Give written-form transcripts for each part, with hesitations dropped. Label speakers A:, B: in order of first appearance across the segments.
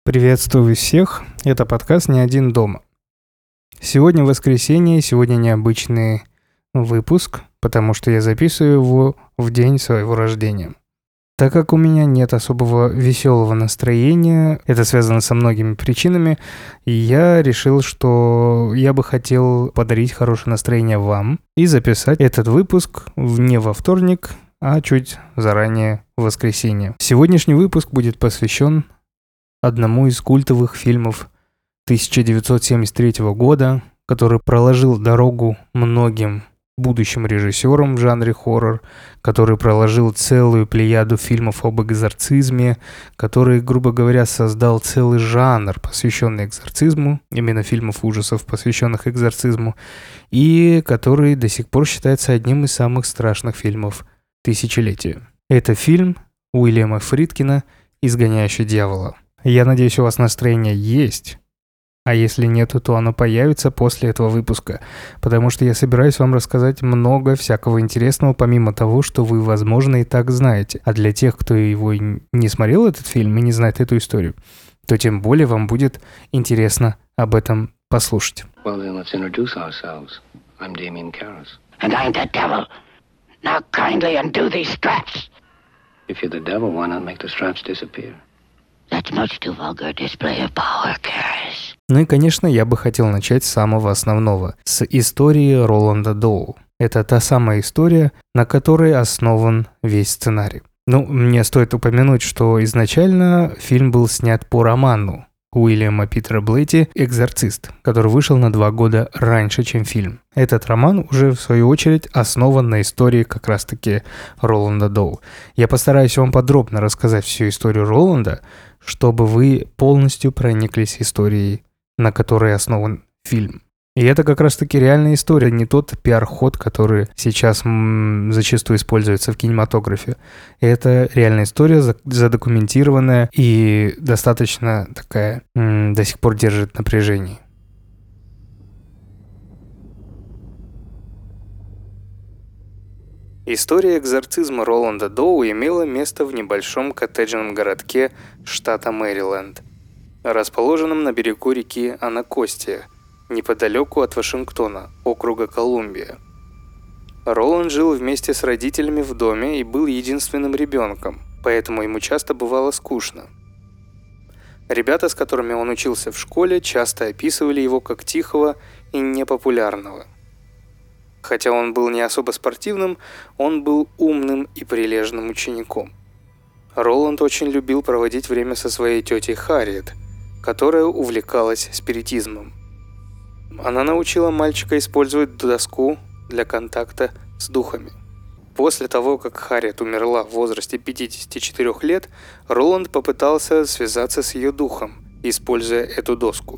A: Приветствую всех, это подкаст «Не один дома». Сегодня воскресенье, сегодня необычный выпуск, потому что я записываю его в день своего рождения. Так как у меня нет особого веселого настроения, это связано со многими причинами, и я решил, что я бы хотел подарить хорошее настроение вам и записать этот выпуск не во вторник, а чуть заранее в воскресенье. Сегодняшний выпуск будет посвящен одному из культовых фильмов 1973 года, который проложил дорогу многим будущим режиссерам в жанре хоррор, который проложил целую плеяду фильмов об экзорцизме, который, грубо говоря, создал целый жанр, посвященный экзорцизму, именно фильмов ужасов, посвященных экзорцизму, и который до сих пор считается одним из самых страшных фильмов тысячелетия. Это фильм Уильяма Фридкина «Изгоняющий дьявола». Я надеюсь, у вас настроение есть, а если нету, то оно появится после этого выпуска, потому что я собираюсь вам рассказать много всякого интересного, помимо того, что вы, возможно, и так знаете. А для тех, кто его не смотрел, этот фильм, и не знает эту историю, то тем более вам будет интересно об этом послушать.
B: Well, then let's introduce ourselves. I'm Damien Karras.
C: And I'm the devil. Now kindly undo these straps.
B: If you're the devil, why not make the straps disappear?
C: That's much too vulgar display of power, Karras.
A: Ну и, конечно, я бы хотел начать с самого основного, с истории Роланда Доу. Это та самая история, на которой основан весь сценарий. Ну, мне стоит упомянуть, что изначально фильм был снят по роману Уильяма Питера Блейти «Экзорцист», который вышел на 2 года раньше, чем фильм. Этот роман уже, в свою очередь, основан на истории как раз-таки Роланда Доу. Я постараюсь вам подробно рассказать всю историю Роланда, чтобы вы полностью прониклись историей, на которой основан фильм. И это как раз-таки реальная история, не тот пиар-ход, который сейчас зачастую используется в кинематографе. Это реальная история, задокументированная и достаточно такая, до сих пор держит напряжение. История экзорцизма Роланда Доу имела место в небольшом коттеджном городке штата Мэриленд, расположенном на берегу реки Анакостия, неподалеку от Вашингтона, округа Колумбия. Роланд жил вместе с родителями в доме и был единственным ребенком, поэтому ему часто бывало скучно. Ребята, с которыми он учился в школе, часто описывали его как тихого и непопулярного. Хотя он был не особо спортивным, он был умным и прилежным учеником. Роланд очень любил проводить время со своей тетей Харриет, которая увлекалась спиритизмом. Она научила мальчика использовать доску для контакта с духами. После того, как Харриет умерла в возрасте 54 лет, Роланд попытался связаться с ее духом, используя эту доску.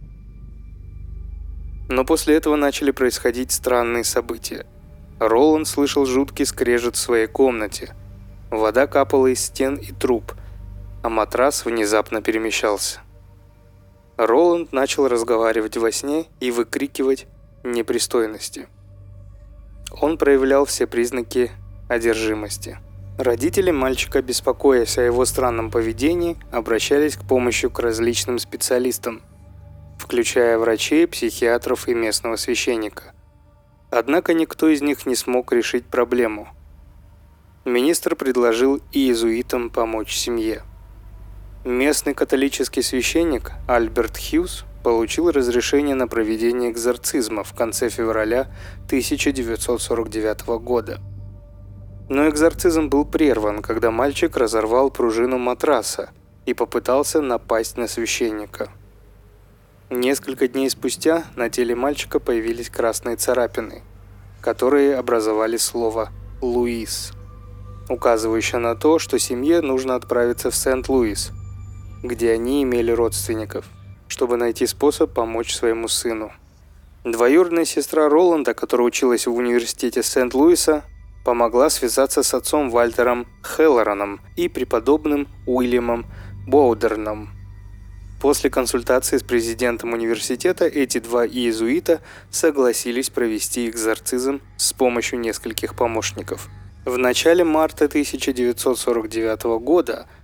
A: Но после этого начали происходить странные события. Роланд слышал жуткий скрежет в своей комнате. Вода капала из стен и труб, а матрас внезапно перемещался. Роланд начал разговаривать во сне и выкрикивать непристойности. Он проявлял все признаки одержимости. Родители мальчика, беспокоясь о его странном поведении, обращались к помощи к различным специалистам, включая врачей, психиатров и местного священника. Однако никто из них не смог решить проблему. Министр предложил иезуитам помочь семье. Местный католический священник Альберт Хьюз получил разрешение на проведение экзорцизма в конце февраля 1949 года. Но экзорцизм был прерван, когда мальчик разорвал пружину матраса и попытался напасть на священника. Несколько дней спустя на теле мальчика появились красные царапины, которые образовали слово «Луис», указывающее на то, что семье нужно отправиться в Сент-Луис, где они имели родственников, чтобы найти способ помочь своему сыну. Двоюродная сестра Роланда, которая училась в университете Сент-Луиса, помогла связаться с отцом Вальтером Хеллораном и преподобным Уильямом Боудерном. После консультации с президентом университета эти 2 иезуита согласились провести экзорцизм с помощью нескольких помощников. В начале марта 1949 года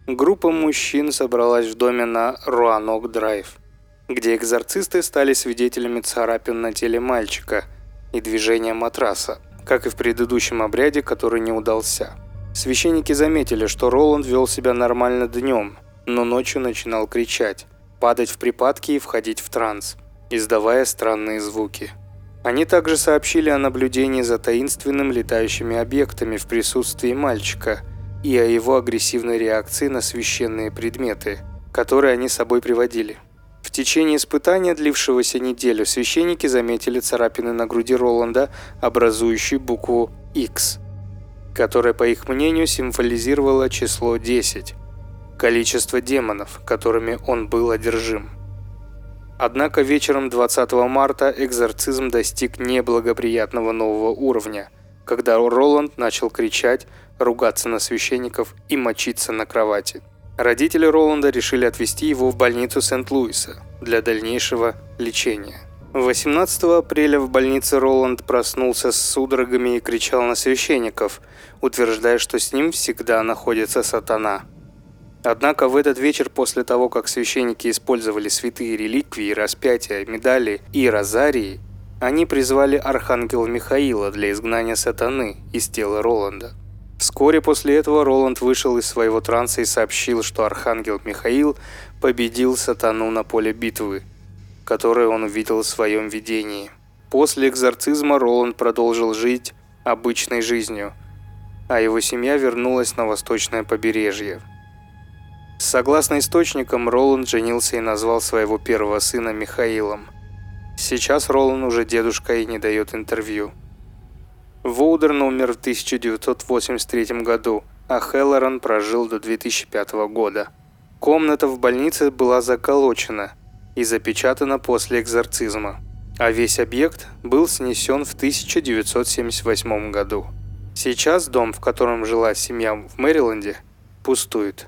A: группа мужчин собралась в доме на Руанок-драйв, где экзорцисты стали свидетелями царапин на теле мальчика и движения матраса, как и в предыдущем обряде, который не удался. Священники заметили, что Роланд вел себя нормально днем, но ночью начинал кричать, падать в припадки и входить в транс, издавая странные звуки. Они также сообщили о наблюдении за таинственными летающими объектами в присутствии мальчика и о его агрессивной реакции на священные предметы, которые они с собой приводили. В течение испытания, длившегося неделю, священники заметили царапины на груди Роланда, образующие букву X, которая, по их мнению, символизировала число 10, количество демонов, которыми он был одержим. Однако вечером 20 марта экзорцизм достиг неблагоприятного нового уровня, когда Роланд начал кричать, ругаться на священников и мочиться на кровати. Родители Роланда решили отвезти его в больницу Сент-Луиса для дальнейшего лечения. 18 апреля в больнице Роланд проснулся с судорогами и кричал на священников, утверждая, что с ним всегда находится сатана. Однако в этот вечер, после того, как священники использовали святые реликвии, распятия, медали и розарии, они призвали архангела Михаила для изгнания сатаны из тела Роланда. Вскоре после этого Роланд вышел из своего транса и сообщил, что архангел Михаил победил сатану на поле битвы, которое он увидел в своем видении. После экзорцизма Роланд продолжил жить обычной жизнью, а его семья вернулась на восточное побережье. Согласно источникам, Роланд женился и назвал своего первого сына Михаилом. Сейчас Роланд уже дедушка и не дает интервью. Воудерн умер в 1983 году, а Хеллоран прожил до 2005 года. Комната в больнице была заколочена и запечатана после экзорцизма, а весь объект был снесен в 1978 году. Сейчас дом, в котором жила семья в Мэриленде, пустует.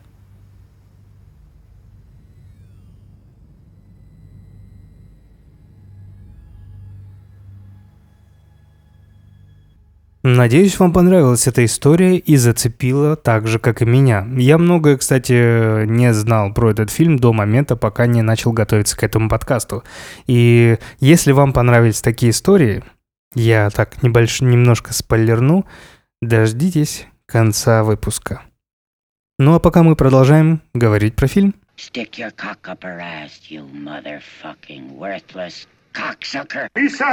D: Надеюсь, вам понравилась эта история и зацепила так же, как и меня. Я многое, кстати, не знал про этот фильм до момента, пока не начал готовиться к этому подкасту. И если вам понравились такие истории, я так немножко спойлерну, дождитесь конца выпуска. Ну а пока мы продолжаем говорить про фильм.
C: Stick your cock up her ass, you motherfucking worthless cocksucker.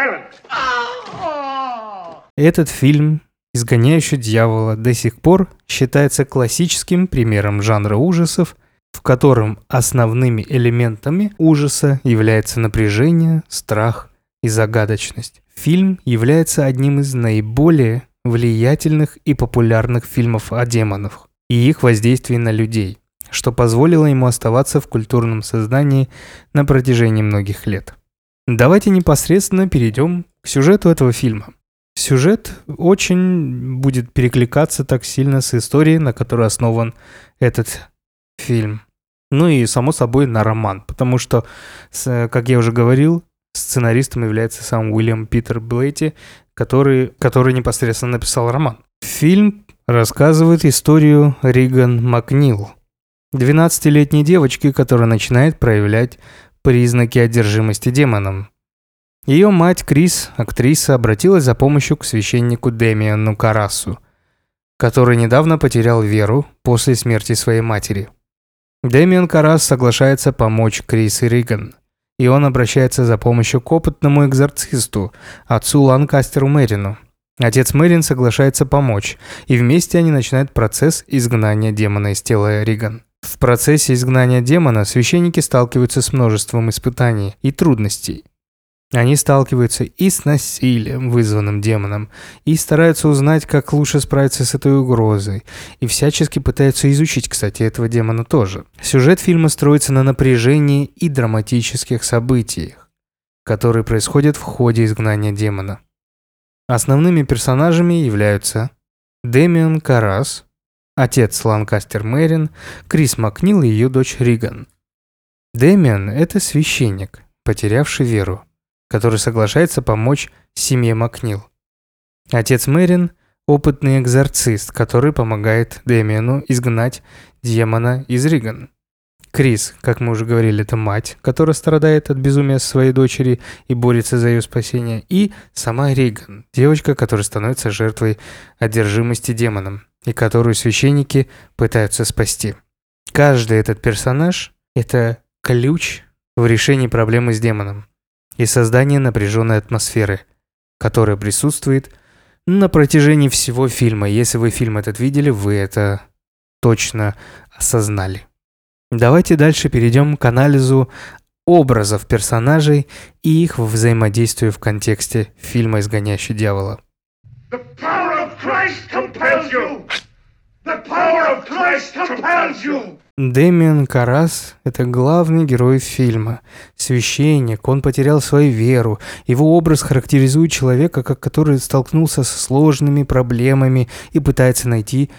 D: Этот фильм «Изгоняющий дьявола» до сих пор считается классическим примером жанра ужасов, в котором основными элементами ужаса является напряжение, страх и загадочность. Фильм является одним из наиболее влиятельных и популярных фильмов о демонах и их воздействии на людей, что позволило ему оставаться в культурном сознании на протяжении многих лет. Давайте непосредственно перейдем к сюжету этого фильма. Сюжет очень будет перекликаться так сильно с историей, на которой основан этот фильм. Ну и, само собой, на роман, потому что, как я уже говорил, сценаристом является сам Уильям Питер Блейти, который непосредственно написал роман. Фильм рассказывает историю Риган Макнил, 12-летней девочки, которая начинает проявлять признаки одержимости демоном. Ее мать Крис, актриса, обратилась за помощью к священнику Дэмиану Карасу, который недавно потерял веру после смерти своей матери. Дэмиан Карас соглашается помочь Крис и Риган, и он обращается за помощью к опытному экзорцисту, отцу Ланкастеру Мэрину. Отец Мэрин соглашается помочь, и вместе они начинают процесс изгнания демона из тела Риган. В процессе изгнания демона священники сталкиваются с множеством испытаний и трудностей. Они сталкиваются и с насилием, вызванным демоном, и стараются узнать, как лучше справиться с этой угрозой, и всячески пытаются изучить, кстати, этого демона тоже. Сюжет фильма строится на напряжении и драматических событиях, которые происходят в ходе изгнания демона. Основными персонажами являются Дэмиан Карас, отец Ланкастер Мэрин, Крис Макнил и ее дочь Риган. Дэмиан – это священник, потерявший веру, который соглашается помочь семье Макнил. Отец Мэрин опытный экзорцист, который помогает Дэмиану изгнать демона из Риган. Крис, как мы уже говорили, это мать, которая страдает от безумия своей дочери и борется за ее спасение. И сама Риган, девочка, которая становится жертвой одержимости демоном, и которую священники пытаются спасти. Каждый этот персонаж – это ключ в решении проблемы с демоном и создание напряженной атмосферы, которая присутствует на протяжении всего фильма. Если вы фильм этот видели, вы это точно осознали. Давайте дальше перейдем к анализу образов персонажей и их взаимодействию в контексте фильма «Изгоняющий дьявола».
E: The power of Christ compels you! The power of Christ compels you!
D: Дэмиан Карас – это главный герой фильма. Священник, он потерял свою веру. Его образ характеризует человека, который столкнулся со сложными проблемами и пытается найти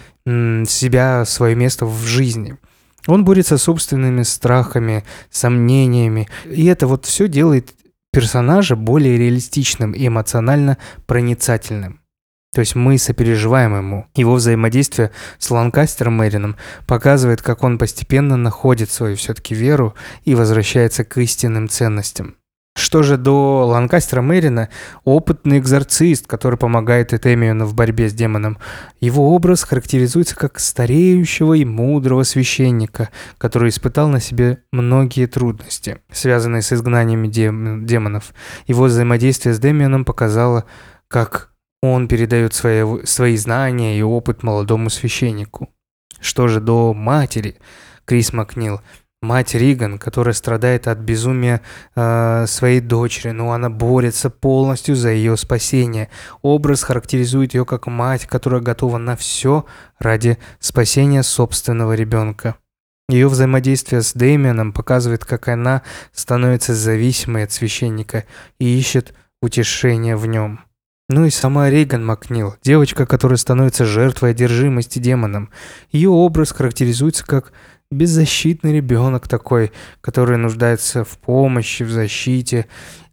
D: себя, свое место в жизни. Он борется с собственными страхами, сомнениями. И это вот все делает персонажа более реалистичным и эмоционально проницательным. То есть мы сопереживаем ему. Его взаимодействие с Ланкастером Мэрином показывает, как он постепенно находит свою все-таки веру и возвращается к истинным ценностям. Что же до Ланкастера Мэрина, опытный экзорцист, который помогает Дэмиану в борьбе с демоном. Его образ характеризуется как стареющего и мудрого священника, который испытал на себе многие трудности, связанные с изгнаниями демонов. Его взаимодействие с Дэмианом показало, как он передает свои знания и опыт молодому священнику. Что же до матери, Крис Макнил, мать Риган, которая страдает от безумия своей дочери, но она борется полностью за ее спасение. Образ характеризует ее как мать, которая готова на все ради спасения собственного ребенка. Ее взаимодействие с Дэмианом показывает, как она становится зависимой от священника и ищет утешение в нем. Ну и сама Риган Макнил, девочка, которая становится жертвой одержимости демоном. Ее образ характеризуется как беззащитный ребенок такой, который нуждается в помощи, в защите.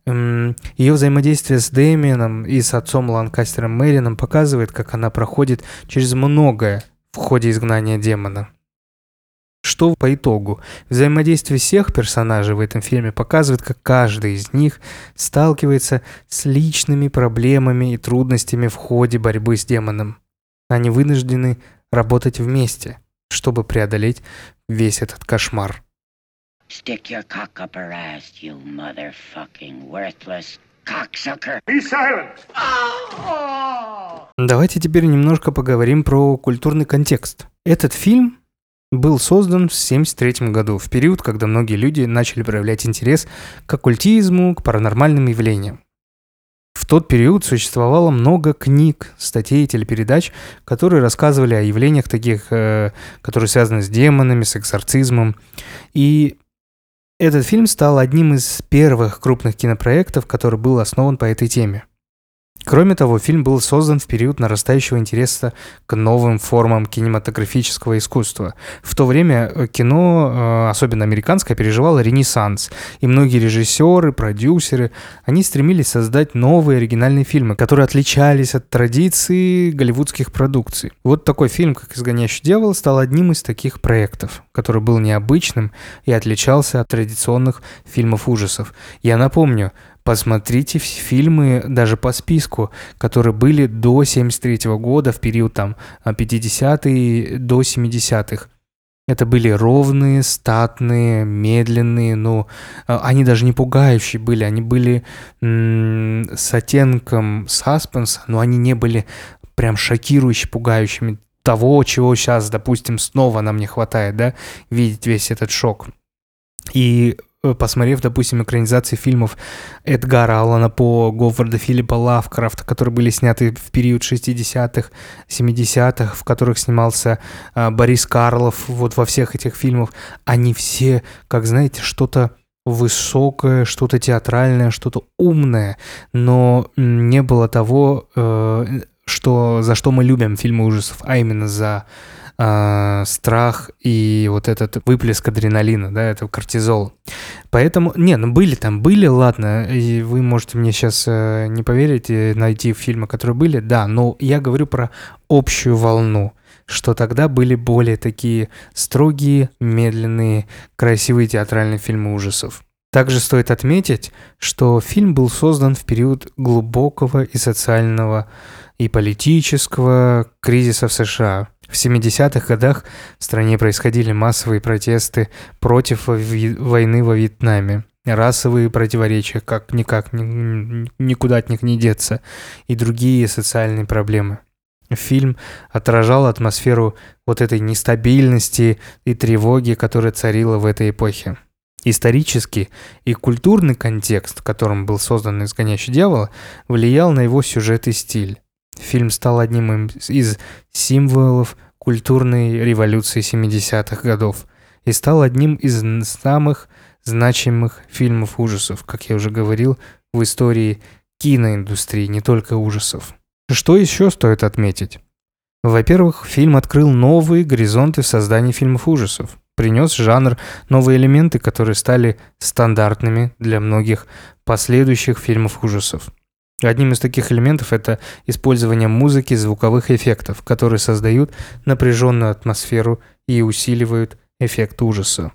D: Ее взаимодействие с Дэмианом и с отцом Ланкастером Мэрином показывает, как она проходит через многое в ходе изгнания демона. Что по итогу? Взаимодействие всех персонажей в этом фильме показывает, как каждый из них сталкивается с личными проблемами и трудностями в ходе борьбы с демоном. Они вынуждены работать вместе, чтобы преодолеть весь этот кошмар.
C: Stick your cock up her ass, you motherfucking worthless cocksucker.
E: Be silent!
D: Давайте теперь немножко поговорим про культурный контекст. Этот фильм был создан в 1973 году, в период, когда многие люди начали проявлять интерес к оккультизму, к паранормальным явлениям. В тот период существовало много книг, статей, телепередач, которые рассказывали о явлениях таких, которые связаны с демонами, с экзорцизмом. И этот фильм стал одним из первых крупных кинопроектов, который был основан по этой теме. Кроме того, фильм был создан в период нарастающего интереса к новым формам кинематографического искусства. В то время кино, особенно американское, переживало ренессанс, и многие режиссеры, продюсеры, они стремились создать новые оригинальные фильмы, которые отличались от традиций голливудских продукций. Вот такой фильм, как «Изгоняющий дьявола», стал одним из таких проектов, который был необычным и отличался от традиционных фильмов ужасов. Я напомню, посмотрите фильмы даже по списку, которые были до 1973 года, в период там 50-е до 70-х. Это были ровные, статные, медленные, но они даже не пугающие были. Они были с оттенком саспенса, но они не были прям шокирующе пугающими. Того, чего сейчас, допустим, снова нам не хватает, да, видеть весь этот шок. И посмотрев, допустим, экранизации фильмов Эдгара Аллана По, Говарда Филиппа Лавкрафта, которые были сняты в период 60-х, 70-х, в которых снимался Борис Карлов, вот во всех этих фильмах, они все, как знаете, что-то высокое, что-то театральное, что-то умное, но не было того, за что мы любим фильмы ужасов, а именно за страх и вот этот выплеск адреналина, да, это кортизол. Поэтому, были, ладно, и вы можете мне сейчас не поверить и найти фильмы, которые были, да, но я говорю про общую волну, что тогда были более такие строгие, медленные, красивые театральные фильмы ужасов. Также стоит отметить, что фильм был создан в период глубокого и социального, и политического кризиса в США. В 70-х годах в стране происходили массовые протесты против войны во Вьетнаме, расовые противоречия, никак никуда от них не деться, и другие социальные проблемы. Фильм отражал атмосферу вот этой нестабильности и тревоги, которая царила в этой эпохе. Исторический и культурный контекст, в котором был создан «Изгоняющий дьявола», влиял на его сюжет и стиль. Фильм стал одним из символов культурной революции 70-х годов и стал одним из самых значимых фильмов ужасов, как я уже говорил, в истории киноиндустрии, не только ужасов. Что еще стоит отметить? Во-первых, фильм открыл новые горизонты в создании фильмов ужасов, принес в жанр новые элементы, которые стали стандартными для многих последующих фильмов ужасов. Одним из таких элементов это использование музыки и звуковых эффектов, которые создают напряженную атмосферу и усиливают эффект ужаса.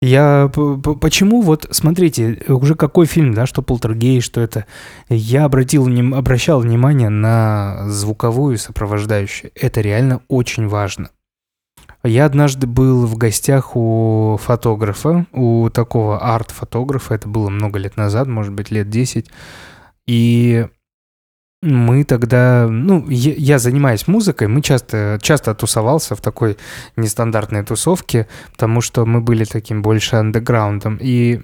D: Почему, смотрите, уже какой фильм, да, что «Полтергейст», что это, я обращал внимание на звуковую сопровождающую, это реально очень важно. Я однажды был в гостях у фотографа, у такого арт-фотографа, это было много лет назад, может быть, лет 10, и мы тогда, я занимаюсь музыкой, мы часто тусовался в такой нестандартной тусовке, потому что мы были таким больше андеграундом. И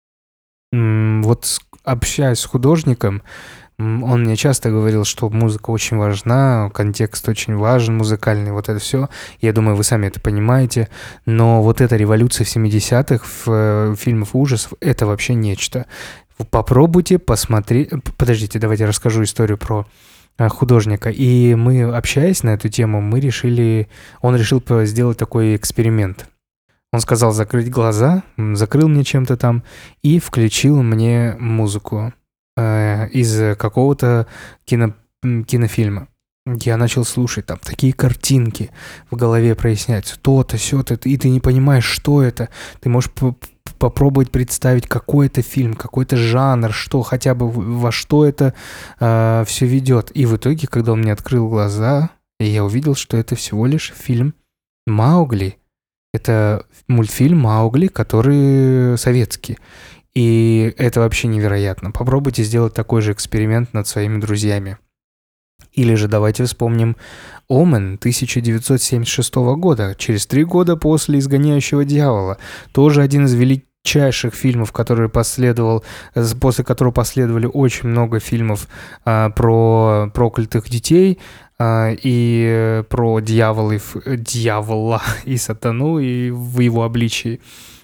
D: общаясь с художником, он мне часто говорил, что музыка очень важна, контекст очень важен, музыкальный, вот это все. Я думаю, вы сами это понимаете. Но вот эта революция в 70-х в фильмах ужасов, это вообще нечто. Попробуйте посмотреть. Подождите, давайте я расскажу историю про художника. И мы, общаясь на эту тему, он решил сделать такой эксперимент. Он сказал закрыть глаза, закрыл мне чем-то там и включил мне музыку из какого-то кинофильма. Я начал слушать, там такие картинки в голове проясняются, то-то, сё-то, и ты не понимаешь, что это. Ты можешь попробовать представить какой-то фильм, какой-то жанр, что хотя бы во что это все ведет. И в итоге, когда он мне открыл глаза, я увидел, что это всего лишь фильм «Маугли». Это мультфильм «Маугли», который советский. И это вообще невероятно. Попробуйте сделать такой же эксперимент над своими друзьями. Или же давайте вспомним «Омен» 1976 года, через 3 года после «Изгоняющего дьявола». Тоже один из величайших фильмов, после которого последовали очень много фильмов про проклятых детей и про дьявола и сатану и в его обличии.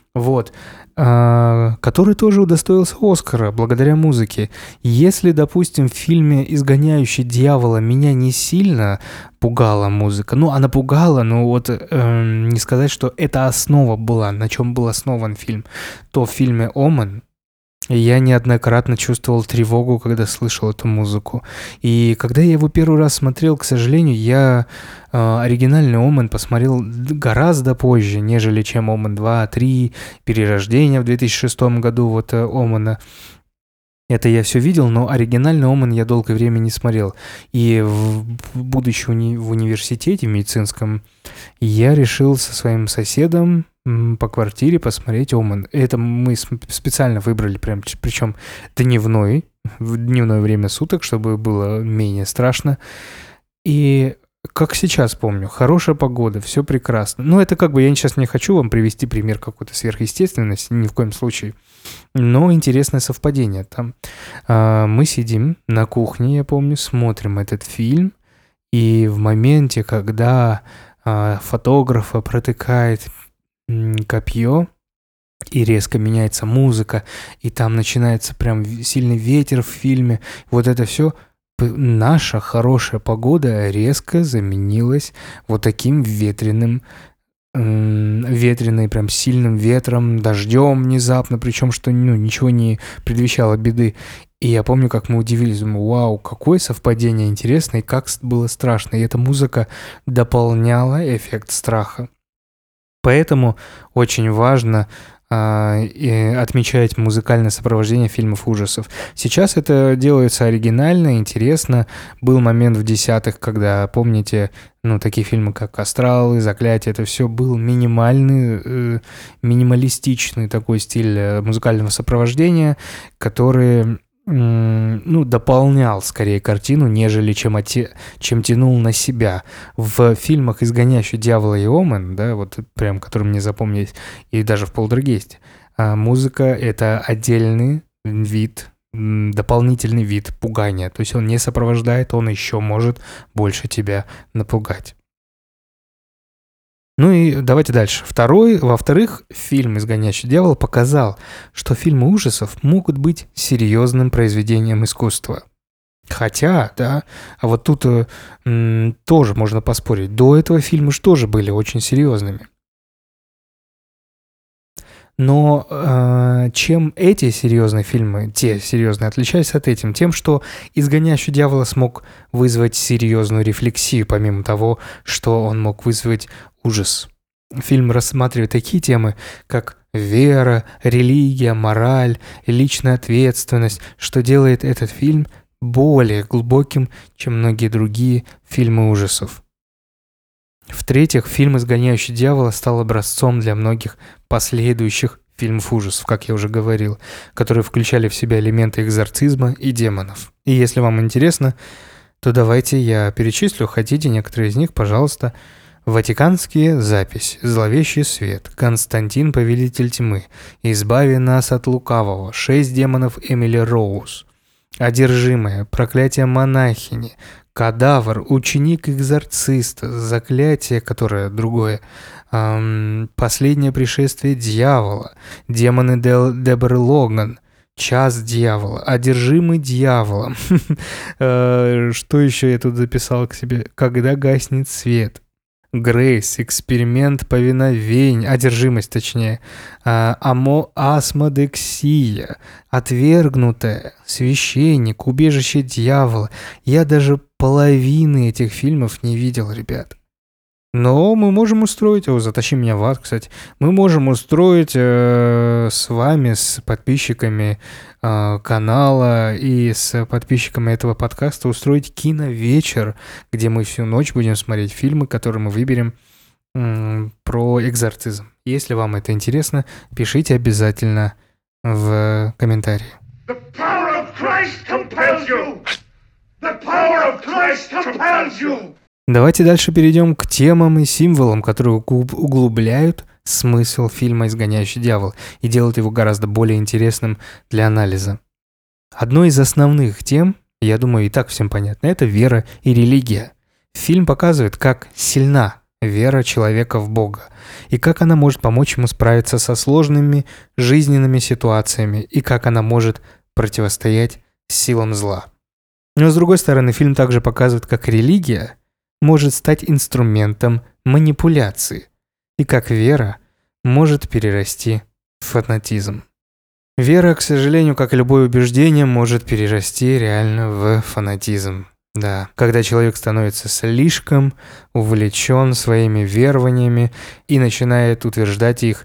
D: Который тоже удостоился Оскара благодаря музыке. Если, допустим, в фильме «Изгоняющий дьявола» меня не сильно пугала музыка, она пугала, не сказать, что это основа была, на чем был основан фильм, то в фильме «Омен» я неоднократно чувствовал тревогу, когда слышал эту музыку. И когда я его первый раз смотрел, к сожалению, я оригинальный «Омен» посмотрел гораздо позже, нежели чем «Омен 2», 3, «Перерождение» в 2006 году, «Омена». Это я все видел, но оригинальный «Омен» я долгое время не смотрел. И будучи в университете медицинском, я решил со своим соседом по квартире посмотреть «Омен». Это мы специально выбрали, причем в дневное время суток, чтобы было менее страшно. И как сейчас помню, хорошая погода, все прекрасно. Это я сейчас не хочу вам привести пример какой-то сверхъестественности, ни в коем случае. Но интересное совпадение. Там мы сидим на кухне, я помню, смотрим этот фильм, и в моменте, когда фотографа протыкает копье, и резко меняется музыка, и там начинается прям сильный ветер в фильме, вот это все наша хорошая погода резко заменилась вот таким ветреной, прям сильным ветром, дождем внезапно, причем что ничего не предвещало беды. И я помню, как мы удивились, думаю, вау, какое совпадение интересное, и как было страшно. И эта музыка дополняла эффект страха. Поэтому очень важно отмечать музыкальное сопровождение фильмов ужасов. Сейчас это делается оригинально, интересно. Был момент в 10-х, когда, помните, такие фильмы, как «Астралы», «Заклятие», это все был минималистичный такой стиль музыкального сопровождения, который дополнял скорее картину, нежели чем тянул на себя. В фильмах «Изгоняющий дьявола» и «Омен», да, вот прям, которые мне запомнились, и даже в «Полтергейсте», музыка — это отдельный вид, дополнительный вид пугания. То есть он не сопровождает, он еще может больше тебя напугать. И давайте дальше. Во-вторых, фильм «Изгоняющий дьявола» показал, что фильмы ужасов могут быть серьезным произведением искусства. Хотя, да, а вот тут тоже можно поспорить. До этого фильмы же тоже были очень серьезными. Но чем эти серьезные фильмы, те серьезные, отличались от этих? Тем, что «Изгоняющий дьявола» смог вызвать серьезную рефлексию, помимо того, что он мог вызвать ужас. Фильм рассматривает такие темы, как вера, религия, мораль, личная ответственность, что делает этот фильм более глубоким, чем многие другие фильмы ужасов. В-третьих, фильм «Изгоняющий дьявола» стал образцом для многих последующих фильмов ужасов, как я уже говорил, которые включали в себя элементы экзорцизма и демонов. И если вам интересно, то давайте я перечислю, хотите некоторые из них, пожалуйста. Ватиканские записи, Зловещий свет, Константин, повелитель тьмы, Избави нас от лукавого, 6 демонов Эмили Роуз, Одержимая, Проклятие монахини, Кадавр, Ученик экзорциста, Заклятие, которое другое, Последнее пришествие дьявола, Демоны Деборы Логан, Час дьявола, Одержимый дьяволом. Что еще я тут записал к себе? Когда гаснет свет. Грейс, Эксперимент повиновения, одержимость точнее, Асмодексия, Отвергнутая, Священник, Убежище дьявола. Я даже половины этих фильмов не видел, ребят. Но мы можем устроить, «Затащи меня в ад», кстати, мы можем устроить с вами, с подписчиками канала и с подписчиками этого подкаста устроить киновечер, где мы всю ночь будем смотреть фильмы, которые мы выберем про экзорцизм. Если вам это интересно, пишите обязательно в комментарии.
E: The power of Christ compels you! The power of Christ compels you!
D: Давайте дальше перейдем к темам и символам, которые углубляют смысл фильма «Изгоняющий дьявол» и делают его гораздо более интересным для анализа. Одной из основных тем, я думаю, и так всем понятно, это вера и религия. Фильм показывает, как сильна вера человека в Бога, и как она может помочь ему справиться со сложными жизненными ситуациями, и как она может противостоять силам зла. Но с другой стороны, фильм также показывает, как религия может стать инструментом манипуляции, и как вера может перерасти в фанатизм. Вера, к сожалению, как и любое убеждение, может перерасти реально в фанатизм. Да, когда человек становится слишком увлечен своими верованиями и начинает утверждать их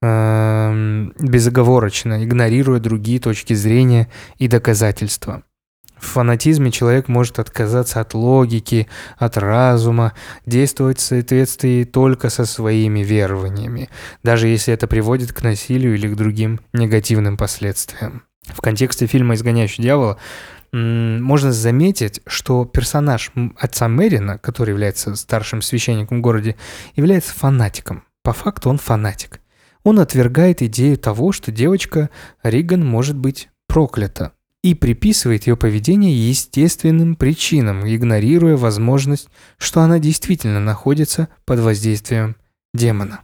D: безоговорочно, игнорируя другие точки зрения и доказательства. В фанатизме человек может отказаться от логики, от разума, действовать в соответствии только со своими верованиями, даже если это приводит к насилию или к другим негативным последствиям. В контексте фильма «Изгоняющий дьявола» можно заметить, что персонаж отца Мэрина, который является старшим священником в городе, является фанатиком. По факту он фанатик. Он отвергает идею того, что девочка Риган может быть проклята, и приписывает ее поведение естественным причинам, игнорируя возможность, что она действительно находится под воздействием демона.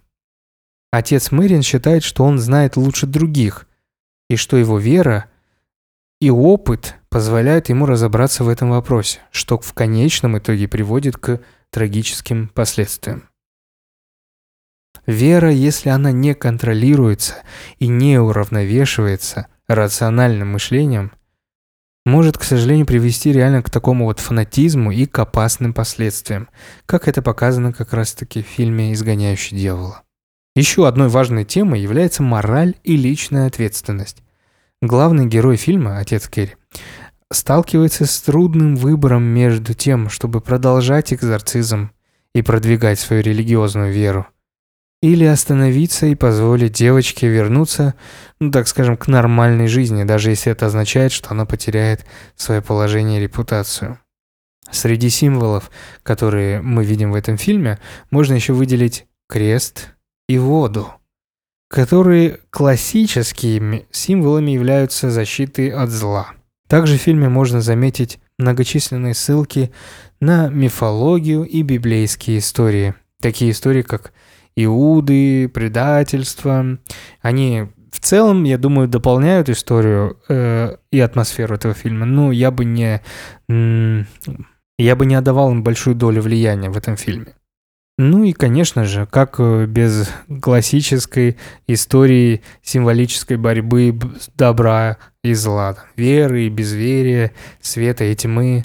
D: Отец Мэрин считает, что он знает лучше других, и что его вера и опыт позволяют ему разобраться в этом вопросе, что в конечном итоге приводит к трагическим последствиям. Вера, если она не контролируется и не уравновешивается рациональным мышлением, может, к сожалению, привести реально к такому вот фанатизму и к опасным последствиям, как это показано как раз-таки в фильме «Изгоняющий дьявола». Еще одной важной темой является мораль и личная ответственность. Главный герой фильма, отец Керри, сталкивается с трудным выбором между тем, чтобы продолжать экзорцизм и продвигать свою религиозную веру, или остановиться и позволить девочке вернуться, так скажем, к нормальной жизни, даже если это означает, что она потеряет свое положение и репутацию. Среди символов, которые мы видим в этом фильме, можно еще выделить крест и воду, которые классическими символами являются защитой от зла. Также в фильме можно заметить многочисленные ссылки на мифологию и библейские истории. Такие истории, как Иуды, предательство. Они в целом, я думаю, дополняют историю и атмосферу этого фильма. Но я бы не отдавал им большую долю влияния в этом фильме. Ну и, конечно же, как без классической истории символической борьбы добра и зла, веры и безверия, света и тьмы.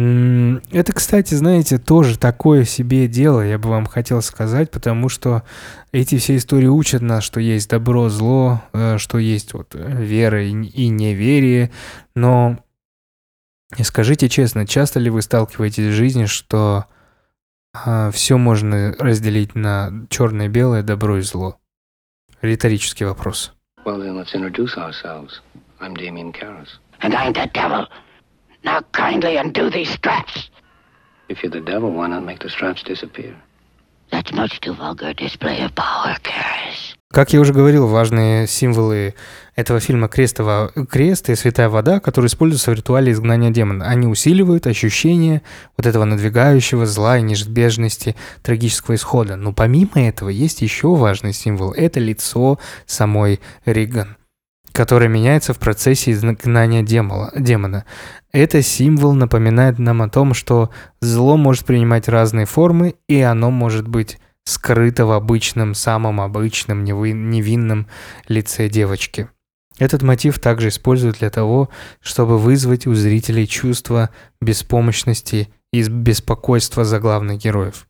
D: Это, кстати, знаете, тоже такое себе дело, я бы вам хотел сказать, потому что эти все истории учат нас, что есть добро, зло, что есть вот вера и неверие. Но скажите честно, часто ли вы сталкиваетесь в жизни, что все можно разделить на черное и белое, добро и зло? Риторический вопрос.
B: Well, then let's introduce ourselves. I'm Damien Karras.
C: And I'm the devil. Now kindly undo these straps.
B: If you're the devil, why not make the straps disappear?
C: That's much too vulgar a display of power, Karras.
D: Как я уже говорил, важные символы этого фильма крест и святая вода, которые используются в ритуале изгнания демона. Они усиливают ощущение вот этого надвигающего зла и неизбежности трагического исхода. Но помимо этого есть еще важный символ. Это лицо самой Риган, которое меняется в процессе изгнания демона. Этот символ напоминает нам о том, что зло может принимать разные формы, и оно может быть скрыто в обычном, самом обычном, невинном лице девочки. Этот мотив также используют для того, чтобы вызвать у зрителей чувство беспомощности и беспокойства за главных героев.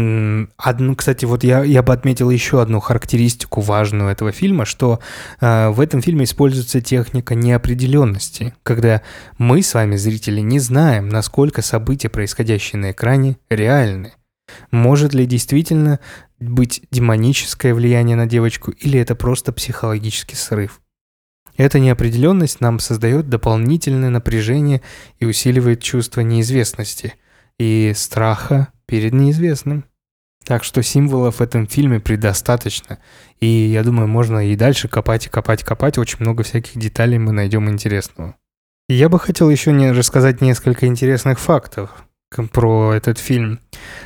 D: Кстати, вот я бы отметил еще одну характеристику важную этого фильма, что в этом фильме используется техника неопределенности, когда мы с вами, зрители, не знаем, насколько события, происходящие на экране, реальны. Может ли действительно быть демоническое влияние на девочку, или это просто психологический срыв? Эта неопределенность нам создает дополнительное напряжение и усиливает чувство неизвестности и страха перед неизвестным. Так что символов в этом фильме предостаточно. И я думаю, можно и дальше копать. Очень много всяких деталей мы найдем интересного. И я бы хотел еще рассказать несколько интересных фактов про этот фильм.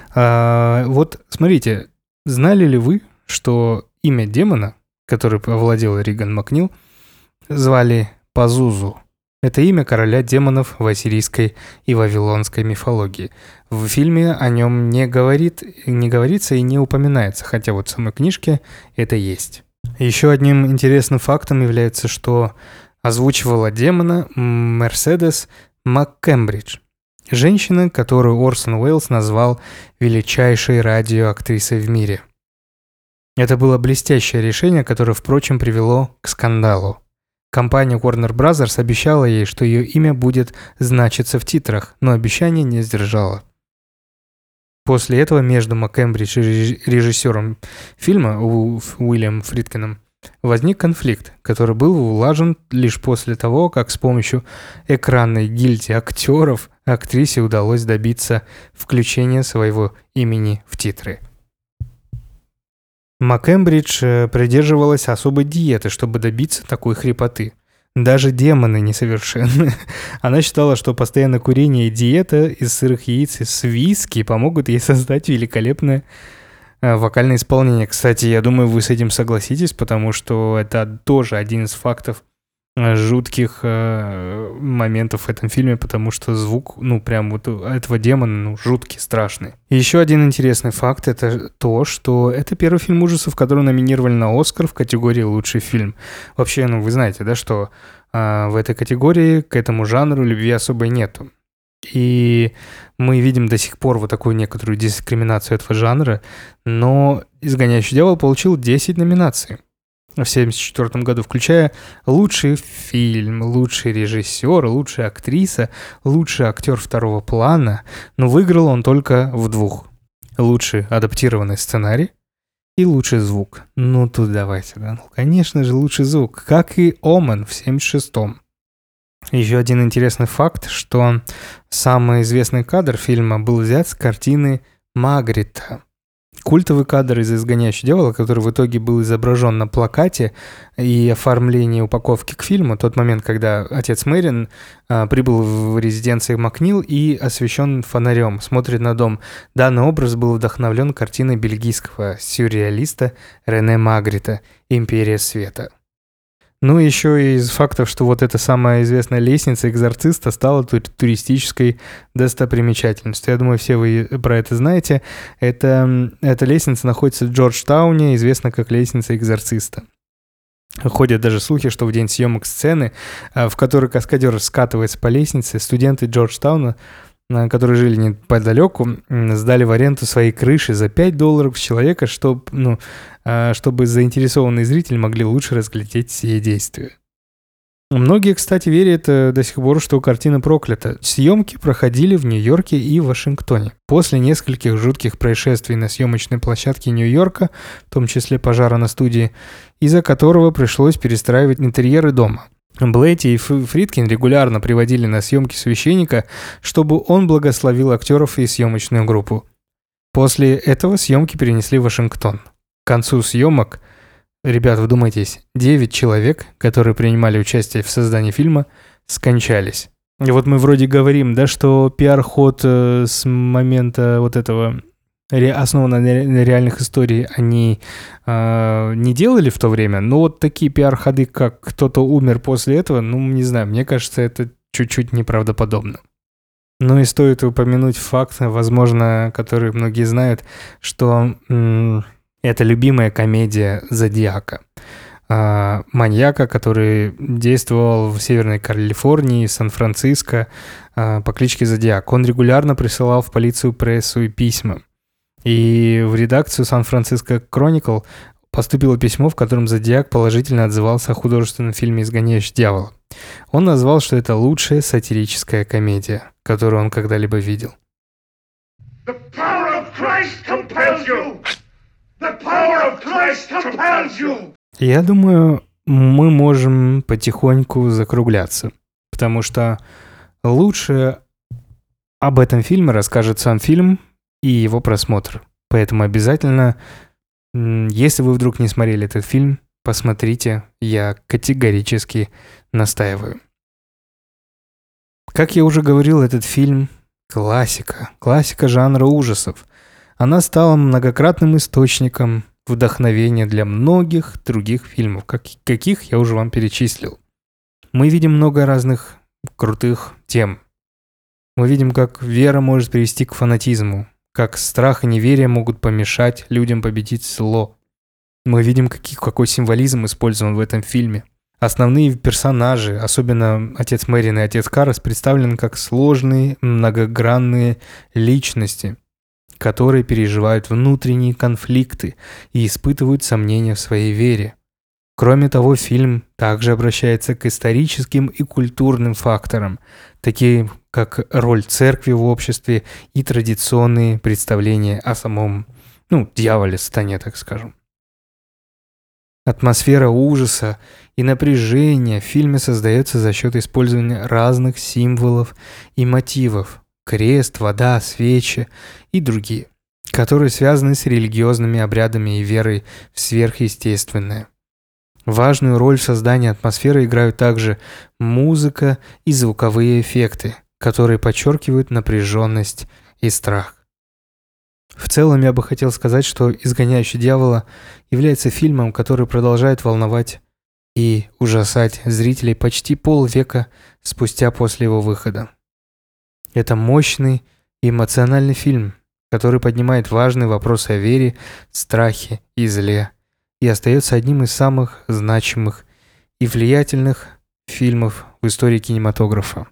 D: Вот смотрите, знали ли вы, что имя демона, который овладел Риган Макнил, звали Пазузу? Это имя короля демонов в ассирийской и вавилонской мифологии. В фильме о нем не говорится и не упоминается, хотя вот в самой книжке это есть. Еще одним интересным фактом является, что озвучивала демона Мерседес МакКембридж, женщина, которую Орсон Уэллс назвал величайшей радиоактрисой в мире. Это было блестящее решение, которое, впрочем, привело к скандалу. Компания Warner Bros. Обещала ей, что ее имя будет значиться в титрах, но обещание не сдержала. После этого между МакКембридж и режиссером фильма Уильямом Фридкином возник конфликт, который был улажен лишь после того, как с помощью экранной гильдии актеров актрисе удалось добиться включения своего имени в титры. МакКембридж придерживалась особой диеты, чтобы добиться такой хрипоты. Даже демоны несовершенны. Она считала, что постоянное курение и диета из сырых яиц и с виски помогут ей создать великолепное вокальное исполнение. Кстати, я думаю, вы с этим согласитесь, потому что это тоже один из фактов жутких моментов в этом фильме, потому что звук, прям вот этого демона, жуткий, страшный. Еще один интересный факт — это то, что это первый фильм ужасов, который номинировали на «Оскар» в категории «Лучший фильм». Вообще, вы знаете, да, что в этой категории к этому жанру любви особой нету. И мы видим до сих пор вот такую некоторую дискриминацию этого жанра, но «Изгоняющий дьявола» получил 10 номинаций в 1974 году, включая лучший фильм, лучший режиссер, лучшая актриса, лучший актер второго плана, но выиграл он только в 2. Лучший адаптированный сценарий и лучший звук. Тут давайте, да. Конечно же, лучший звук, как и «Омен» в 1976. Еще один интересный факт, что самый известный кадр фильма был взят с картины Магрита. Культовый кадр из «Изгоняющего дьявола», который в итоге был изображен на плакате и оформлении упаковки к фильму, тот момент, когда отец Мэрин прибыл в резиденцию Макнил и освещен фонарем, смотрит на дом. Данный образ был вдохновлен картиной бельгийского сюрреалиста Рене Магрита «Империя света». Еще из фактов, что вот эта самая известная лестница экзорциста стала туристической достопримечательностью. Я думаю, все вы про это знаете. Эта лестница находится в Джорджтауне, известна как лестница экзорциста. Ходят даже слухи, что в день съемок сцены, в которой каскадер скатывается по лестнице, студенты Джорджтауна, которые жили неподалеку, сдали в аренду свои крыши за $5 с человека, чтобы заинтересованные зрители могли лучше разглядеть все действия. Многие, кстати, верят до сих пор, что картина проклята. Съемки проходили в Нью-Йорке и Вашингтоне. После нескольких жутких происшествий на съемочной площадке Нью-Йорка, в том числе пожара на студии, из-за которого пришлось перестраивать интерьеры дома. Блейти и Фридкин регулярно приводили на съемки священника, чтобы он благословил актеров и съемочную группу. После этого съемки перенесли в Вашингтон. К концу съемок, ребят, вдумайтесь, 9 человек, которые принимали участие в создании фильма, скончались. И вот мы вроде говорим, да, что пиар-ход с момента вот этого основано на реальных историях, они не делали в то время, но вот такие пиар-ходы, как кто-то умер после этого, не знаю, мне кажется, это чуть-чуть неправдоподобно. И стоит упомянуть факт, возможно, который многие знают, что это любимая комедия Зодиака. Маньяка, который действовал в Северной Калифорнии, Сан-Франциско по кличке Зодиак. Он регулярно присылал в полицию, прессу и письма. И в редакцию Сан-Франциско Кроникл поступило письмо, в котором Зодиак положительно отзывался о художественном фильме «Изгоняющий дьявола». Он назвал, что это лучшая сатирическая комедия, которую он когда-либо видел.
E: The power of Christ compels you! The power of Christ compels you!
D: Я думаю, мы можем потихоньку закругляться, потому что лучше об этом фильме расскажет сам фильм и его просмотр. Поэтому обязательно, если вы вдруг не смотрели этот фильм, посмотрите, я категорически настаиваю. Как я уже говорил, этот фильм – классика жанра ужасов. Она стала многократным источником вдохновения для многих других фильмов, каких я уже вам перечислил. Мы видим много разных крутых тем. Мы видим, как вера может привести к фанатизму, как страх и неверие могут помешать людям победить зло. Мы видим, какой символизм использован в этом фильме. Основные персонажи, особенно отец Мэрин и отец Карас, представлены как сложные, многогранные личности, которые переживают внутренние конфликты и испытывают сомнения в своей вере. Кроме того, фильм также обращается к историческим и культурным факторам, таким как роль церкви в обществе и традиционные представления о самом, дьяволе, сатане, так скажем. Атмосфера ужаса и напряжения в фильме создается за счет использования разных символов и мотивов – крест, вода, свечи и другие, которые связаны с религиозными обрядами и верой в сверхъестественное. Важную роль в создании атмосферы играют также музыка и звуковые эффекты, которые подчеркивают напряженность и страх. В целом я бы хотел сказать, что «Изгоняющий дьявола» является фильмом, который продолжает волновать и ужасать зрителей почти полвека спустя после его выхода. Это мощный и эмоциональный фильм, который поднимает важные вопросы о вере, страхе и зле и остается одним из самых значимых и влиятельных фильмов в истории кинематографа.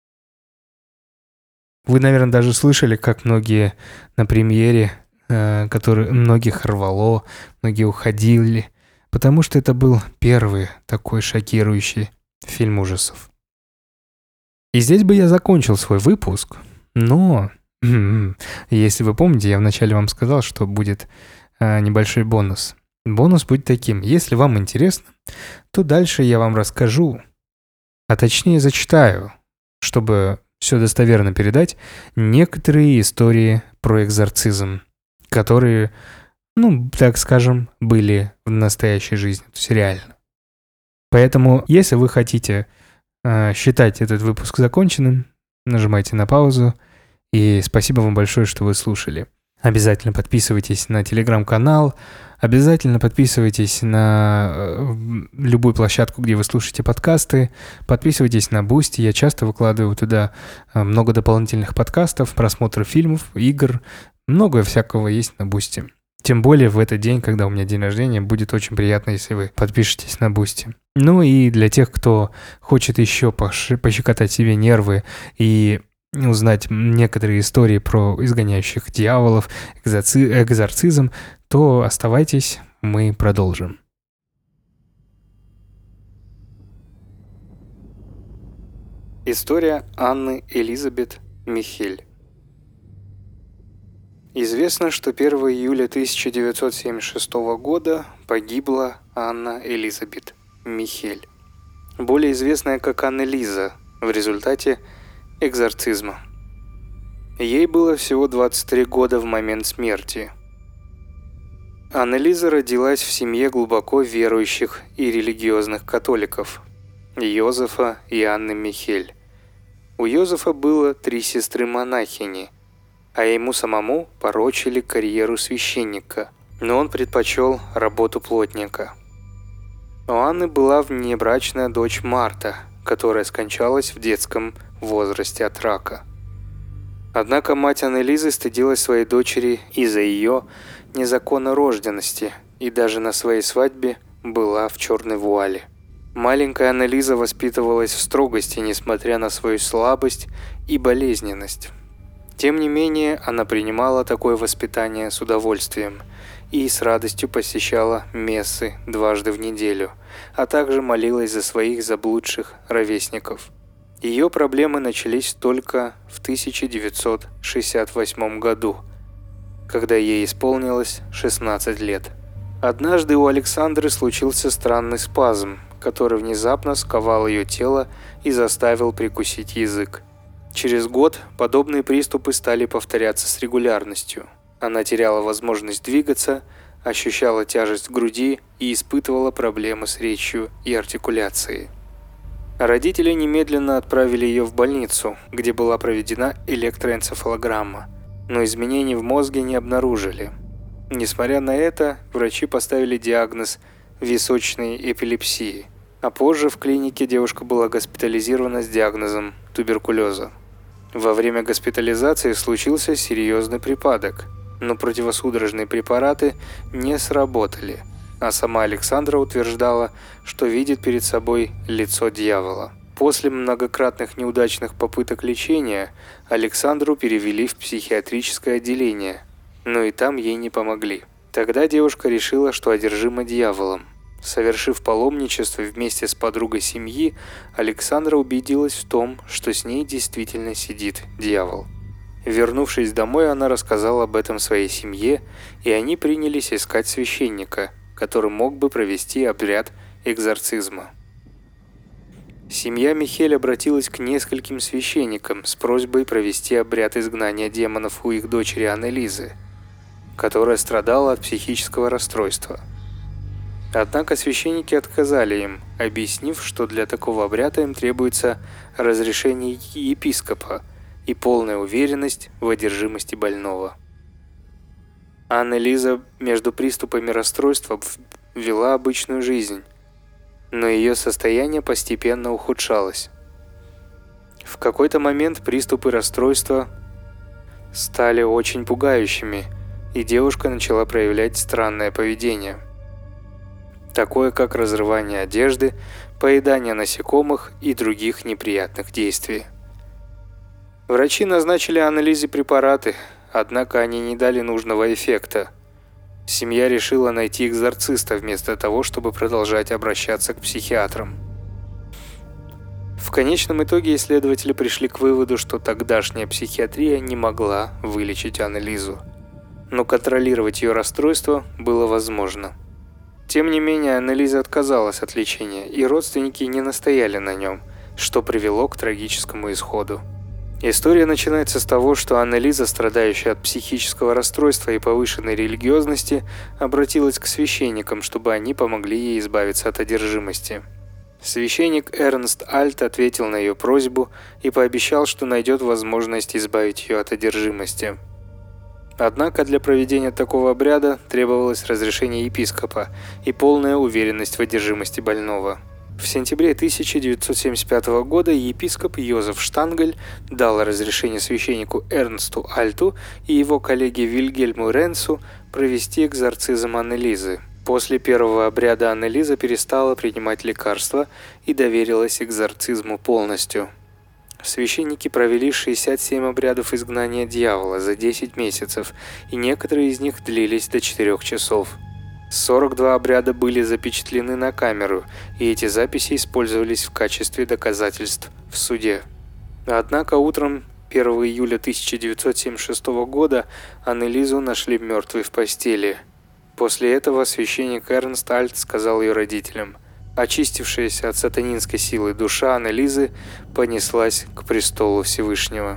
D: Вы, наверное, даже слышали, как многие на премьере, многих рвало, многие уходили, потому что это был первый такой шокирующий фильм ужасов. И здесь бы я закончил свой выпуск, но если вы помните, я вначале вам сказал, что будет небольшой бонус. Бонус будет таким: если вам интересно, то дальше я вам расскажу, а точнее зачитаю, чтобы все достоверно передать, некоторые истории про экзорцизм, которые, так скажем, были в настоящей жизни, то есть реально. Поэтому, если вы хотите считать этот выпуск законченным, нажимайте на паузу, и спасибо вам большое, что вы слушали. Обязательно подписывайтесь на телеграм-канал, обязательно подписывайтесь на любую площадку, где вы слушаете подкасты, подписывайтесь на Boosty, я часто выкладываю туда много дополнительных подкастов, просмотров фильмов, игр, много всякого есть на Boosty. Тем более в этот день, когда у меня день рождения, будет очень приятно, если вы подпишетесь на Boosty. Ну и для тех, кто хочет еще пощекотать себе нервы и узнать некоторые истории про изгоняющих дьяволов, экзорцизм, то оставайтесь, мы продолжим.
A: История Анны Элизабет Михель. Известно, что 1 июля 1976 года погибла Анна Элизабет Михель, более известная как Анна Лиза, в результате экзорцизма. Ей было всего 23 года в момент смерти. Анна Лиза родилась в семье глубоко верующих и религиозных католиков – Йозефа и Анны Михель. У Йозефа было 3 сестры-монахини, а ему самому порочили карьеру священника, но он предпочел работу плотника. У Анны была внебрачная дочь Марта, которая скончалась в детском возрасте от рака. Однако мать Анны Лизы стыдилась своей дочери из-за ее незаконнорожденности и даже на своей свадьбе была в черной вуале. Маленькая Анна Лиза воспитывалась в строгости, несмотря на свою слабость и болезненность. Тем не менее, она принимала такое воспитание с удовольствием и с радостью посещала мессы дважды в неделю, а также молилась за своих заблудших ровесников. Ее проблемы начались только в 1968 году, когда ей исполнилось 16 лет. Однажды у Александры случился странный спазм, который внезапно сковал ее тело и заставил прикусить язык. Через год подобные приступы стали повторяться с регулярностью. Она теряла возможность двигаться, ощущала тяжесть в груди и испытывала проблемы с речью и артикуляцией. Родители немедленно отправили ее в больницу, где была проведена электроэнцефалограмма, но изменений в мозге не обнаружили. Несмотря на это, врачи поставили диагноз височной эпилепсии, а позже в клинике девушка была госпитализирована с диагнозом туберкулеза. Во время госпитализации случился серьезный припадок, но противосудорожные препараты не сработали, а сама Александра утверждала, что видит перед собой лицо дьявола. После многократных неудачных попыток лечения Александру перевели в психиатрическое отделение, но и там ей не помогли. Тогда девушка решила, что одержима дьяволом. Совершив паломничество вместе с подругой семьи, Александра убедилась в том, что с ней действительно сидит дьявол. Вернувшись домой, она рассказала об этом своей семье, и они принялись искать священника, который мог бы провести обряд экзорцизма. Семья Михель обратилась к нескольким священникам с просьбой провести обряд изгнания демонов у их дочери Анны Лизы, которая страдала от психического расстройства. Однако священники отказали им, объяснив, что для такого обряда им требуется разрешение епископа и полная уверенность в одержимости больного. Анна Лиза между приступами расстройства вела обычную жизнь. но ее состояние постепенно ухудшалось. В какой-то момент приступы расстройства стали очень пугающими, и девушка начала проявлять странное поведение. Такое как разрывание одежды, поедание насекомых и других неприятных действий. Врачи назначили Аннелизе препараты, однако они не дали нужного эффекта. Семья решила найти экзорциста вместо того, чтобы продолжать обращаться к психиатрам. В конечном итоге исследователи пришли к выводу, что тогдашняя психиатрия не могла вылечить Аннелизу, но контролировать ее расстройство было возможно. Тем не менее, Аннелиза отказалась от лечения, и родственники не настояли на нем, что привело к трагическому исходу. История начинается с того, что Аннелиза, страдающая от психического расстройства и повышенной религиозности, обратилась к священникам, чтобы они помогли ей избавиться от одержимости. Священник Эрнст Альт ответил на ее просьбу и пообещал, что найдет возможность избавить ее от одержимости. Однако для проведения такого обряда требовалось разрешение епископа и полная уверенность в одержимости больного. В сентябре 1975 года епископ Йозеф Штангель дал разрешение священнику Эрнсту Альту и его коллеге Вильгельму Ренцу провести экзорцизм Аннелизы. После первого обряда Аннелиза перестала принимать лекарства и доверилась экзорцизму полностью. Священники провели 67 обрядов изгнания дьявола за 10 месяцев, и некоторые из них длились до 4 часов. 42 обряда были запечатлены на камеру, и эти записи использовались в качестве доказательств в суде. Однако утром 1 июля 1976 года Аннелизу нашли мертвой в постели. После этого священник Эрнст Альт сказал ее родителям: очистившаяся от сатанинской силы душа Аннелизы понеслась к престолу Всевышнего.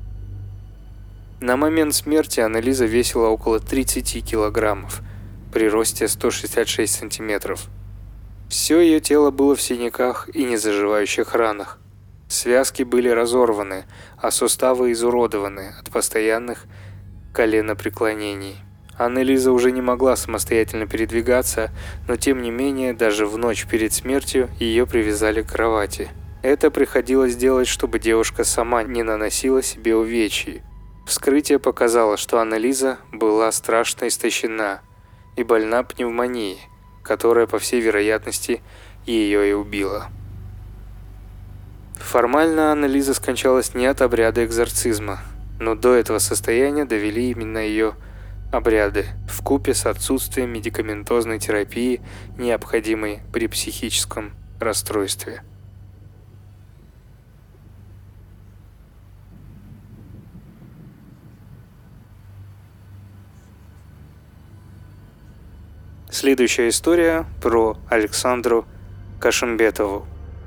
A: На момент смерти Аннелиза весила около 30 килограммов, при росте 166 сантиметров. Все ее тело было в синяках и незаживающих ранах. Связки были разорваны, а суставы изуродованы от постоянных коленопреклонений. Аннелиза уже не могла самостоятельно передвигаться, но тем не менее, даже в ночь перед смертью ее привязали к кровати. Это приходилось делать, чтобы девушка сама не наносила себе увечий. Вскрытие показало, что Аннелиза была страшно истощена и больна пневмонией, которая, по всей вероятности, ее и убила. Формально Аннелиза скончалась не от обряда экзорцизма, но до этого состояния довели именно ее обряды, вкупе с отсутствием медикаментозной терапии, необходимой при психическом расстройстве. Следующая история про Александру Кашимбетову.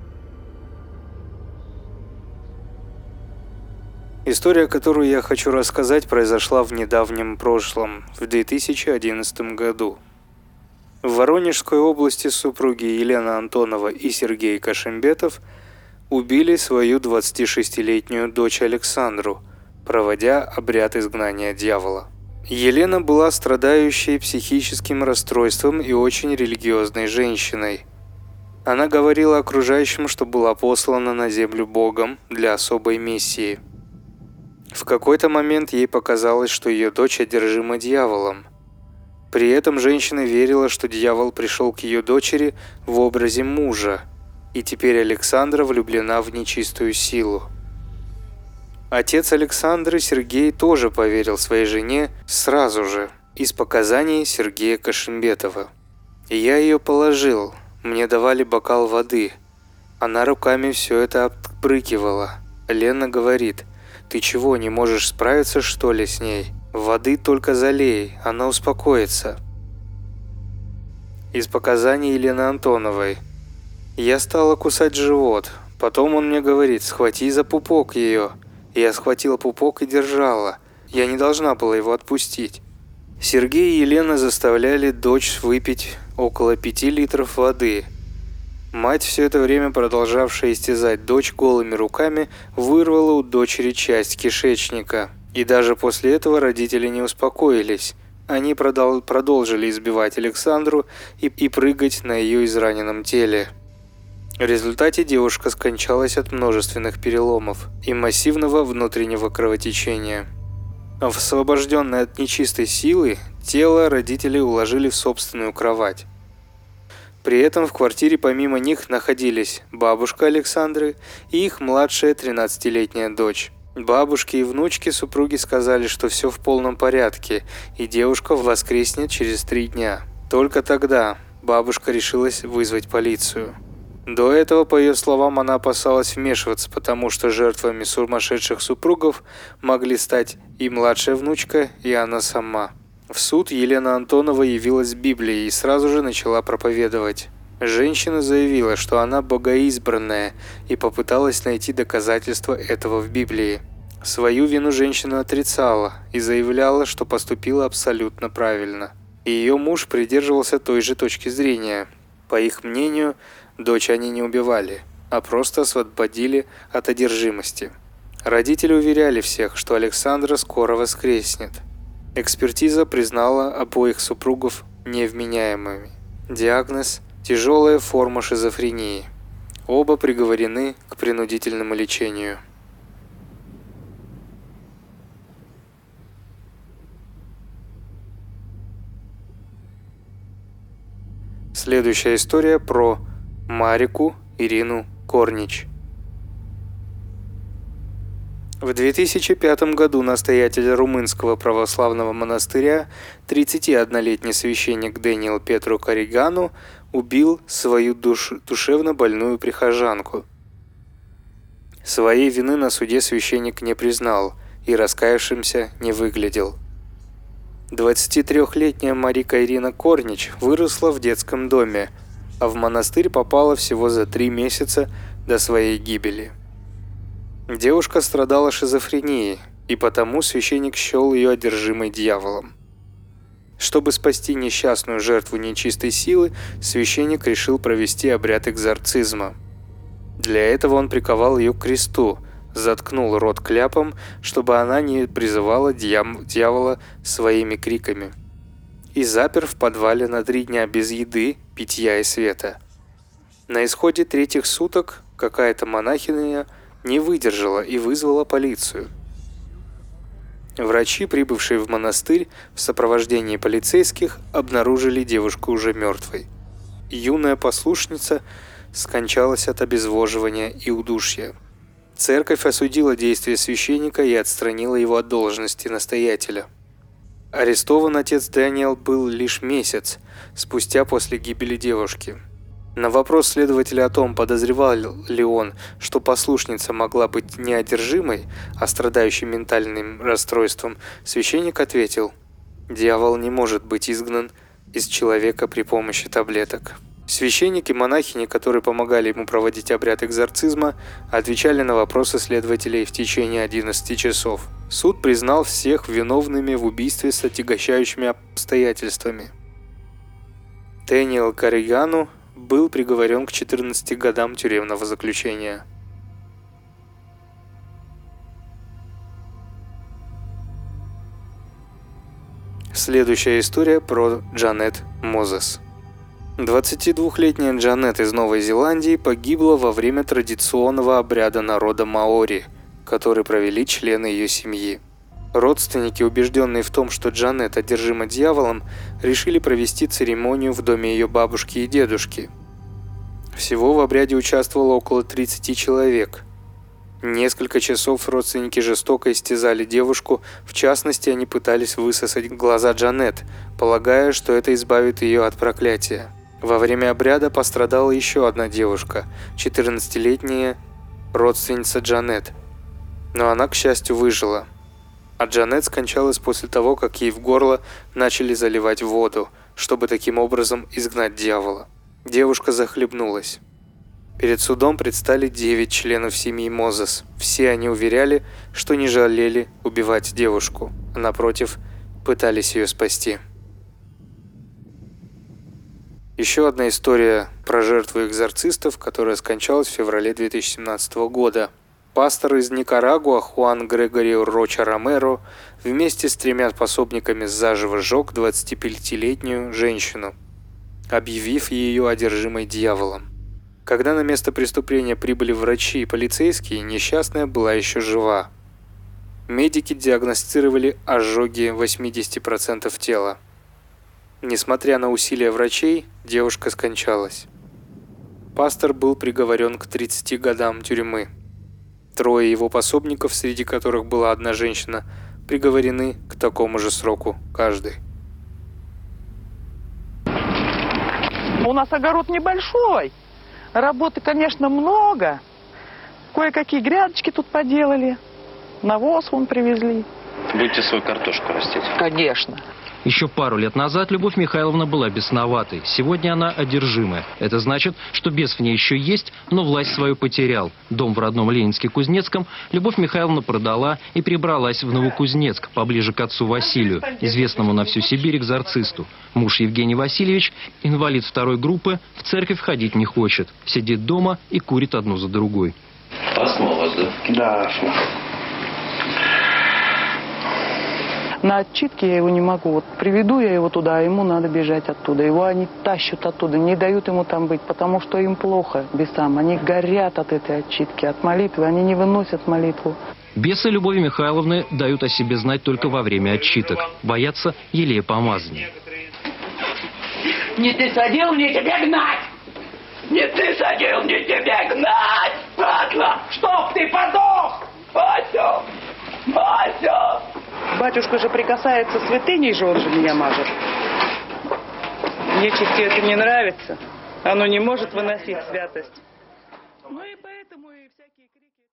A: История, которую я хочу рассказать, произошла в недавнем прошлом, в 2011 году. В Воронежской области супруги Елена Антонова и Сергей Кашимбетов убили свою 26-летнюю дочь Александру, проводя обряд изгнания дьявола. Елена была страдающей психическим расстройством и очень религиозной женщиной. Она говорила окружающим, что была послана на землю Богом для особой миссии. В какой-то момент ей показалось, что ее дочь одержима дьяволом. При этом женщина верила, что дьявол пришел к ее дочери в образе мужа, и теперь Александра влюблена в нечистую силу. Отец Александры, Сергей, тоже поверил своей жене сразу же, из показаний Сергея Кашимбетова. «Я ее положил, мне давали бокал воды. Она руками все это отпрыкивала. Лена говорит: ты чего, не можешь справиться, что ли, с ней? Воды только залей, она успокоится». Из показаний Елены Антоновой: «Я стала кусать живот. Потом он мне говорит: схвати за пупок ее. Я схватила пупок и держала. Я не должна была его отпустить». Сергей и Елена заставляли дочь выпить около 5 литров воды. Мать, все это время продолжавшая истязать дочь голыми руками, вырвала у дочери часть кишечника. И даже после этого родители не успокоились. Они продолжили избивать Александру и прыгать на ее израненном теле. В результате девушка скончалась от множественных переломов и массивного внутреннего кровотечения. Освобожденное от нечистой силы, тело родителей уложили в собственную кровать. При этом в квартире помимо них находились бабушка Александры и их младшая 13-летняя дочь. Бабушки и внучки супруги сказали, что все в полном порядке, и девушка воскреснет через 3 дня. Только тогда бабушка решилась вызвать полицию. До этого, по ее словам, она опасалась вмешиваться, потому что жертвами сумасшедших супругов могли стать и младшая внучка, и она сама. В суд Елена Антонова явилась с Библией и сразу же начала проповедовать. Женщина заявила, что она богоизбранная, и попыталась найти доказательства этого в Библии. Свою вину женщина отрицала и заявляла, что поступила абсолютно правильно. И ее муж придерживался той же точки зрения. По их мнению, дочь они не убивали, а просто освободили от одержимости. Родители уверяли всех, что Александра скоро воскреснет. Экспертиза признала обоих супругов невменяемыми. Диагноз – тяжелая форма шизофрении. Оба приговорены к принудительному лечению. Следующая история про Марику Ирину Корнич. В 2005 году настоятель румынского православного монастыря, 31-летний священник Дэниел Петру Каригану, убил свою душевно больную прихожанку. Своей вины на суде священник не признал и раскаявшимся не выглядел. 23-летняя Марика Ирина Корнич выросла в детском доме, а в монастырь попала всего за 3 месяца до своей гибели. Девушка страдала шизофренией, и потому священник счел ее одержимой дьяволом. Чтобы спасти несчастную жертву нечистой силы, священник решил провести обряд экзорцизма. Для этого он приковал ее к кресту, заткнул рот кляпом, чтобы она не призывала дьявола своими криками, и запер в подвале на 3 дня без еды, питья и света. На исходе 3-х суток какая-то монахиня не выдержала и вызвала полицию. Врачи, прибывшие в монастырь в сопровождении полицейских, обнаружили девушку уже мертвой. Юная послушница скончалась от обезвоживания и удушья. Церковь осудила действия священника и отстранила его от должности настоятеля. Арестован отец Дэниел был лишь месяц спустя после гибели девушки. На вопрос следователя о том, подозревал ли он, что послушница могла быть не одержимой, а страдающей ментальным расстройством, священник ответил: «Дьявол не может быть изгнан из человека при помощи таблеток». Священники и монахини, которые помогали ему проводить обряд экзорцизма, отвечали на вопросы следователей в течение 11 часов. Суд признал всех виновными в убийстве с отягощающими обстоятельствами. Дэниел Каригану был приговорен к 14 годам тюремного заключения. Следующая история про Джанет Мозес. 22-летняя Джанет из Новой Зеландии погибла во время традиционного обряда народа маори, который провели члены ее семьи. Родственники, убежденные в том, что Джанет одержима дьяволом, решили провести церемонию в доме ее бабушки и дедушки. Всего в обряде участвовало около 30 человек. Несколько часов родственники жестоко истязали девушку, в частности, они пытались высосать глаза Джанет, полагая, что это избавит ее от проклятия. Во время обряда пострадала еще одна девушка, 14-летняя родственница Джанет. Но она, к счастью, выжила. А Джанет скончалась после того, как ей в горло начали заливать воду, чтобы таким образом изгнать дьявола. Девушка захлебнулась. Перед судом предстали 9 членов семьи Мозес. Все они уверяли, что не жалели убивать девушку, а напротив, пытались ее спасти. Еще одна история про жертву экзорцистов, которая скончалась в феврале 2017 года. Пастор из Никарагуа Хуан Грегорио Роча Ромеро вместе с 3 пособниками заживо сжег 25-летнюю женщину, объявив ее одержимой дьяволом. Когда на место преступления прибыли врачи и полицейские, несчастная была еще жива. Медики диагностировали ожоги 80% тела. Несмотря на усилия врачей, девушка скончалась. Пастор был приговорен к 30 годам тюрьмы. 3 его пособников, среди которых была одна женщина, приговорены к такому же сроку каждый.
F: У нас огород небольшой, работы, конечно, много. Кое-какие грядочки тут поделали, навоз вон привезли.
G: Будете свою картошку растить?
F: Конечно.
H: Еще пару лет назад Любовь Михайловна была бесноватой. Сегодня она одержимая. Это значит, что бес в ней еще есть, но власть свою потерял. Дом в родном Ленинске-Кузнецком Любовь Михайловна продала и перебралась в Новокузнецк, поближе к отцу Василию, известному на всю Сибирь экзорцисту. Муж Евгений Васильевич, инвалид 2-й группы, в церковь ходить не хочет. Сидит дома и курит одну за другой.
G: Астма у вас, да?
F: Да. На отчитке я его не могу. Вот приведу я его туда, а ему надо бежать оттуда. Его они тащат оттуда, не дают ему там быть, потому что им плохо, бесам. Они горят от этой отчитки, от молитвы, они не выносят молитву.
H: Бесы Любови Михайловны дают о себе знать только во время отчиток. Боятся елея помазания.
C: Не ты садил мне тебя гнать! Не ты садил мне тебя гнать, падла! Чтоб ты подох! Вася! Вася!
F: Батюшка же прикасается святыней же, он же меня мажет. Нечисти это не нравится. Оно не может выносить святость. Ну и поэтому и всякие...